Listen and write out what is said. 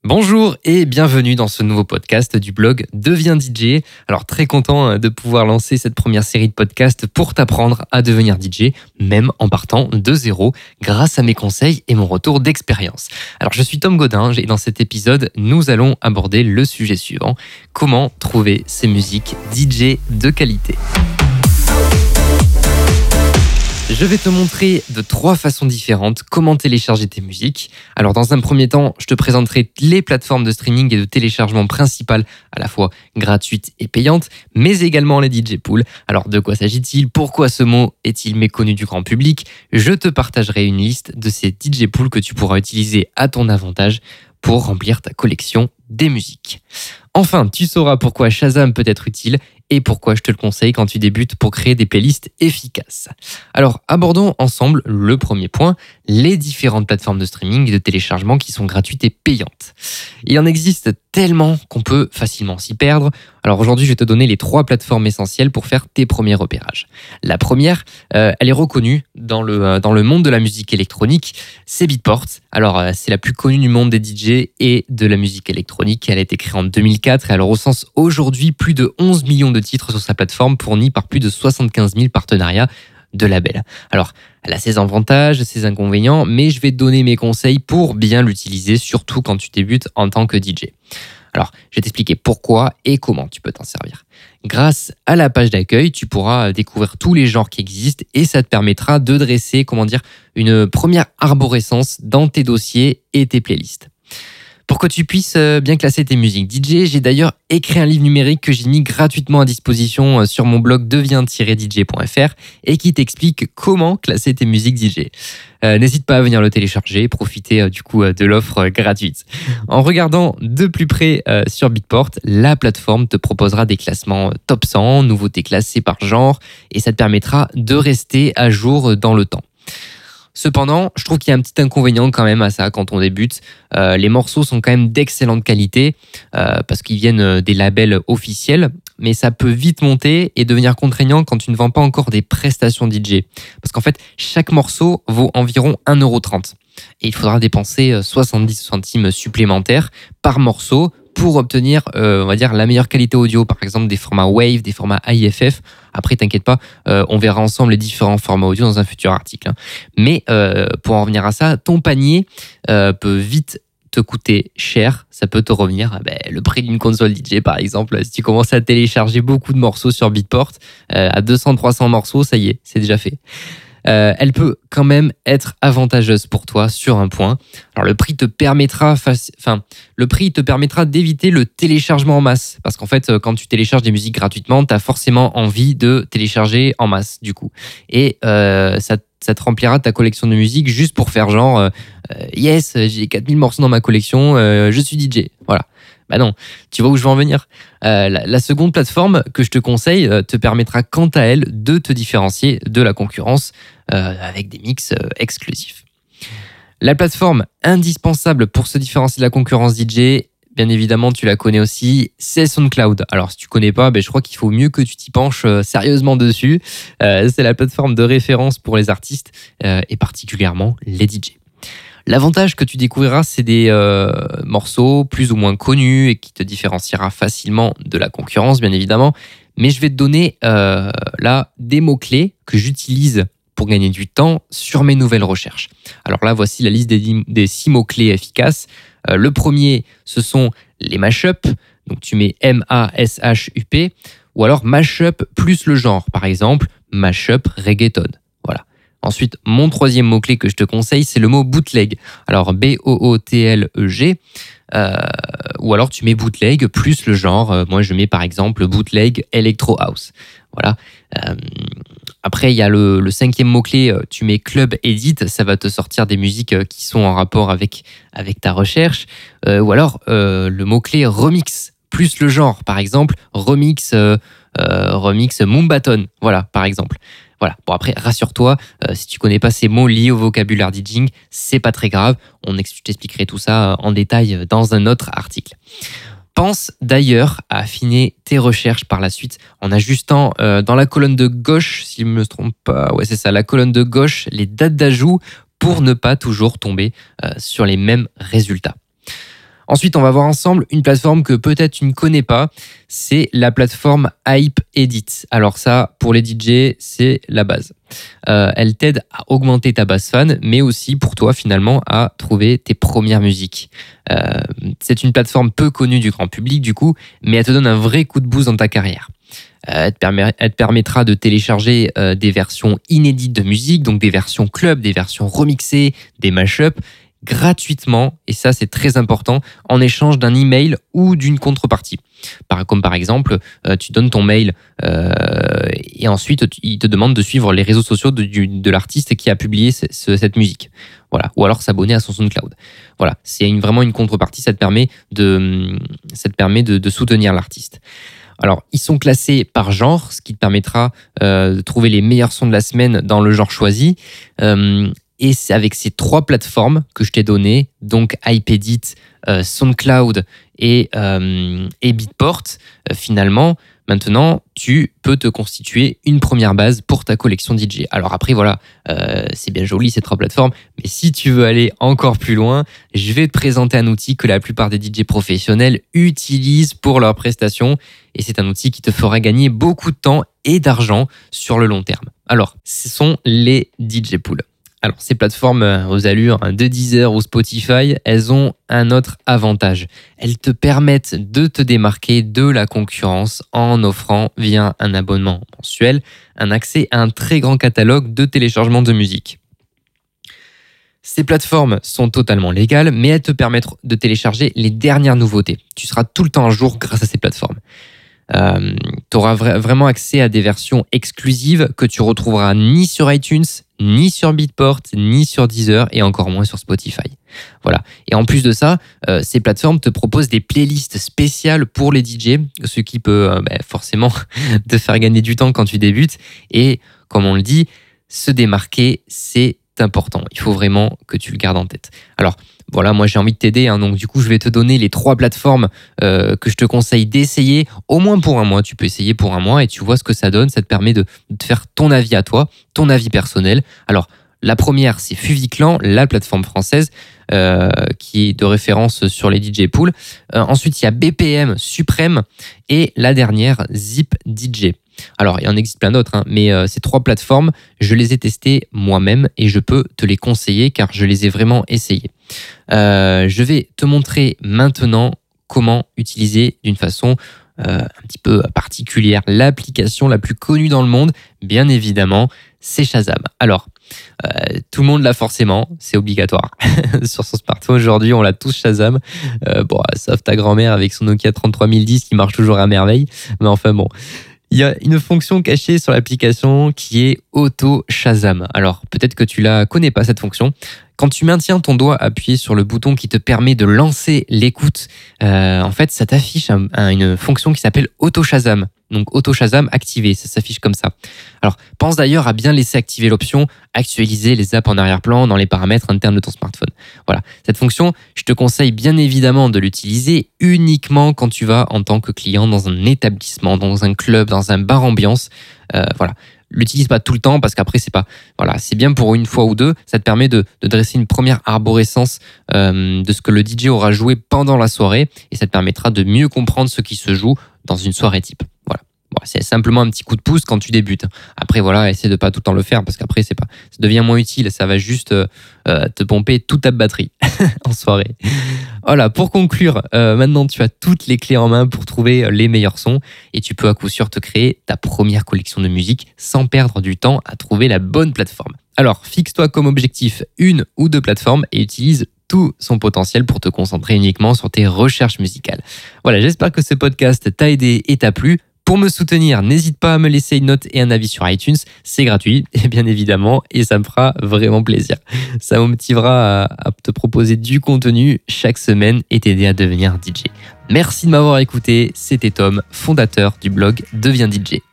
Bonjour et bienvenue dans ce nouveau podcast du blog Deviens DJ. Alors très content de pouvoir lancer cette première série de podcasts pour t'apprendre à devenir DJ, même en partant de zéro, grâce à mes conseils et mon retour d'expérience. Alors je suis Tom Godin et dans cet épisode, nous allons aborder le sujet suivant, comment trouver ces musiques DJ de qualité. Je vais te montrer de 3 façons différentes comment télécharger tes musiques. Alors dans un premier temps, je te présenterai les plateformes de streaming et de téléchargement principales, à la fois gratuites et payantes, mais également les DJ pools. Alors de quoi s'agit-il? Pourquoi ce mot est-il méconnu du grand public? Je te partagerai une liste de ces DJ pools que tu pourras utiliser à ton avantage pour remplir ta collection des musiques. Enfin, tu sauras pourquoi Shazam peut être utile et pourquoi je te le conseille quand tu débutes pour créer des playlists efficaces. Alors, abordons ensemble le premier point, les différentes plateformes de streaming et de téléchargement qui sont gratuites et payantes. Il en existe tellement qu'on peut facilement s'y perdre. Alors aujourd'hui, je vais te donner les 3 plateformes essentielles pour faire tes premiers repérages. La première, elle est reconnue dans le monde de la musique électronique, c'est Beatport. Alors, c'est la plus connue du monde des DJ et de la musique électronique. Elle a été créée en 2004 et elle recense aujourd'hui plus de 11 millions de titres sur sa plateforme fournie par plus de 75 000 partenariats de labels. Alors, elle a ses avantages, ses inconvénients, mais je vais te donner mes conseils pour bien l'utiliser, surtout quand tu débutes en tant que DJ. Alors, je vais t'expliquer pourquoi et comment tu peux t'en servir. Grâce à la page d'accueil, tu pourras découvrir tous les genres qui existent et ça te permettra de dresser, une première arborescence dans tes dossiers et tes playlists. Pour que tu puisses bien classer tes musiques DJ, j'ai d'ailleurs écrit un livre numérique que j'ai mis gratuitement à disposition sur mon blog deviens-dj.fr et qui t'explique comment classer tes musiques DJ. N'hésite pas à venir le télécharger et profiter de l'offre gratuite. En regardant de plus près sur Beatport, la plateforme te proposera des classements top 100, nouveautés classées par genre et ça te permettra de rester à jour dans le temps. Cependant, je trouve qu'il y a un petit inconvénient quand même à ça quand on débute. Les morceaux sont quand même d'excellente qualité parce qu'ils viennent des labels officiels, mais ça peut vite monter et devenir contraignant quand tu ne vends pas encore des prestations DJ. Parce qu'en fait, chaque morceau vaut environ 1,30 €. Et il faudra dépenser 70 centimes supplémentaires par morceau pour obtenir, la meilleure qualité audio, par exemple des formats WAV, des formats AIFF. Après, t'inquiète pas, on verra ensemble les différents formats audio dans un futur article. Mais pour en revenir à ça, ton panier peut vite te coûter cher. Ça peut te revenir le prix d'une console DJ, par exemple. Si tu commences à télécharger beaucoup de morceaux sur Beatport, à 200-300 morceaux, ça y est, c'est déjà fait. Elle peut quand même être avantageuse pour toi sur un point. Alors le prix te permettra d'éviter le téléchargement en masse parce qu'en fait quand tu télécharges des musiques gratuitement, tu as forcément envie de télécharger en masse du coup. Et ça te remplira ta collection de musique juste pour faire genre yes, j'ai 4000 morceaux dans ma collection, je suis DJ. Voilà. Bah non, tu vois où je veux en venir. La seconde plateforme que je te conseille te permettra quant à elle de te différencier de la concurrence avec des mix exclusifs. La plateforme indispensable pour se différencier de la concurrence DJ, bien évidemment tu la connais aussi, c'est SoundCloud. Alors si tu connais pas, je crois qu'il faut mieux que tu t'y penches sérieusement dessus. C'est la plateforme de référence pour les artistes et particulièrement les DJ. L'avantage que tu découvriras, c'est des morceaux plus ou moins connus et qui te différenciera facilement de la concurrence, bien évidemment. Mais je vais te donner là des mots-clés que j'utilise pour gagner du temps sur mes nouvelles recherches. Alors là, voici la liste des 6 mots-clés efficaces. Le premier, ce sont les mashups. Donc tu mets M-A-S-H-U-P ou alors mashup plus le genre. Par exemple, mashup reggaeton. Voilà. Ensuite, mon troisième mot-clé que je te conseille, c'est le mot bootleg. Alors, B-O-O-T-L-E-G. Ou alors, tu mets bootleg plus le genre. Moi, je mets par exemple bootleg electro house. Voilà. Après, il y a le 5e mot-clé, tu mets club edit. Ça va te sortir des musiques qui sont en rapport avec ta recherche. Ou alors, le mot-clé remix plus le genre. Par exemple, remix Moombaton. Voilà, par exemple. Voilà. Bon, après, rassure-toi, si tu connais pas ces mots liés au vocabulaire DJing, c'est pas très grave. Je t'expliquerai tout ça en détail dans un autre article. Pense d'ailleurs à affiner tes recherches par la suite en ajustant dans la colonne de gauche, si je ne me trompe pas, ouais c'est ça, la colonne de gauche, les dates d'ajout pour ne pas toujours tomber sur les mêmes résultats. Ensuite, on va voir ensemble une plateforme que peut-être tu ne connais pas. C'est la plateforme Hypedit. Alors ça, pour les DJ, c'est la base. Elle t'aide à augmenter ta base fan, mais aussi pour toi finalement à trouver tes premières musiques. C'est une plateforme peu connue du grand public du coup, mais elle te donne un vrai coup de boost dans ta carrière. Elle te permettra de télécharger des versions inédites de musique, donc des versions club, des versions remixées, des mashups, gratuitement, et ça c'est très important, en échange d'un email ou d'une contrepartie. Comme par exemple, tu donnes ton mail et ensuite il te demande de suivre les réseaux sociaux de l'artiste qui a publié cette musique. Voilà. Ou alors s'abonner à son SoundCloud. Voilà, c'est vraiment une contrepartie, ça te permet de soutenir l'artiste. Alors, ils sont classés par genre, ce qui te permettra de trouver les meilleurs sons de la semaine dans le genre choisi. Et c'est avec ces 3 plateformes que je t'ai données, donc Hypedit, SoundCloud et Beatport, finalement, maintenant, tu peux te constituer une première base pour ta collection DJ. Alors après, voilà, c'est bien joli ces 3 plateformes, mais si tu veux aller encore plus loin, je vais te présenter un outil que la plupart des DJ professionnels utilisent pour leurs prestations, et c'est un outil qui te fera gagner beaucoup de temps et d'argent sur le long terme. Alors, ce sont les DJ Pools. Alors, ces plateformes aux allures de Deezer ou Spotify, elles ont un autre avantage. Elles te permettent de te démarquer de la concurrence en offrant, via un abonnement mensuel, un accès à un très grand catalogue de téléchargements de musique. Ces plateformes sont totalement légales, mais elles te permettent de télécharger les dernières nouveautés. Tu seras tout le temps à jour grâce à ces plateformes. Tu auras vraiment accès à des versions exclusives que tu retrouveras ni sur iTunes, ni sur Beatport, ni sur Deezer et encore moins sur Spotify. Voilà. Et en plus de ça, ces plateformes te proposent des playlists spéciales pour les DJ, ce qui peut forcément te faire gagner du temps quand tu débutes. Et comme on le dit, se démarquer, c'est important. Il faut vraiment que tu le gardes en tête. Alors, voilà, moi j'ai envie de t'aider, donc du coup je vais te donner les 3 plateformes que je te conseille d'essayer au moins pour un mois. Tu peux essayer pour un mois et tu vois ce que ça donne. Ça te permet de te faire ton avis à toi, ton avis personnel. Alors la première c'est Fuviclan, la plateforme française qui est de référence sur les DJ Pools. Ensuite il y a BPM Suprême et la dernière Zip DJ. Alors, il en existe plein d'autres, mais ces 3 plateformes, je les ai testées moi-même et je peux te les conseiller car je les ai vraiment essayées. Je vais te montrer maintenant comment utiliser d'une façon un petit peu particulière l'application la plus connue dans le monde, bien évidemment, c'est Shazam. Alors, tout le monde l'a forcément, c'est obligatoire. Sur son smartphone aujourd'hui, on l'a tous Shazam. Sauf ta grand-mère avec son Nokia 3310 qui marche toujours à merveille. Mais enfin bon. Il y a une fonction cachée sur l'application qui est Auto Shazam. Alors, peut-être que tu la connais pas, cette fonction. Quand tu maintiens ton doigt appuyé sur le bouton qui te permet de lancer l'écoute, en fait, ça t'affiche une fonction qui s'appelle Auto Shazam. Donc, Auto Shazam activé, ça s'affiche comme ça. Alors, pense d'ailleurs à bien laisser activer l'option actualiser les apps en arrière-plan dans les paramètres internes de ton smartphone. Voilà, cette fonction, je te conseille bien évidemment de l'utiliser uniquement quand tu vas en tant que client dans un établissement, dans un club, dans un bar ambiance. Voilà. L'utilise pas tout le temps parce qu'après c'est bien pour une fois ou deux. Ça te permet de dresser une première arborescence de ce que le DJ aura joué pendant la soirée et ça te permettra de mieux comprendre ce qui se joue dans une soirée type. Voilà. Bon, c'est simplement un petit coup de pouce quand tu débutes. Après voilà, essaie de pas tout le temps le faire parce qu'après ça devient moins utile. Ça va juste te pomper toute ta batterie en soirée. Voilà, pour conclure, maintenant tu as toutes les clés en main pour trouver les meilleurs sons et tu peux à coup sûr te créer ta première collection de musique sans perdre du temps à trouver la bonne plateforme. Alors, fixe-toi comme objectif 1 ou 2 plateformes et utilise tout son potentiel pour te concentrer uniquement sur tes recherches musicales. Voilà, j'espère que ce podcast t'a aidé et t'a plu. Pour me soutenir, n'hésite pas à me laisser une note et un avis sur iTunes, c'est gratuit, et bien évidemment, et ça me fera vraiment plaisir. Ça me motivera à te proposer du contenu chaque semaine et t'aider à devenir DJ. Merci de m'avoir écouté, c'était Tom, fondateur du blog Deviens DJ.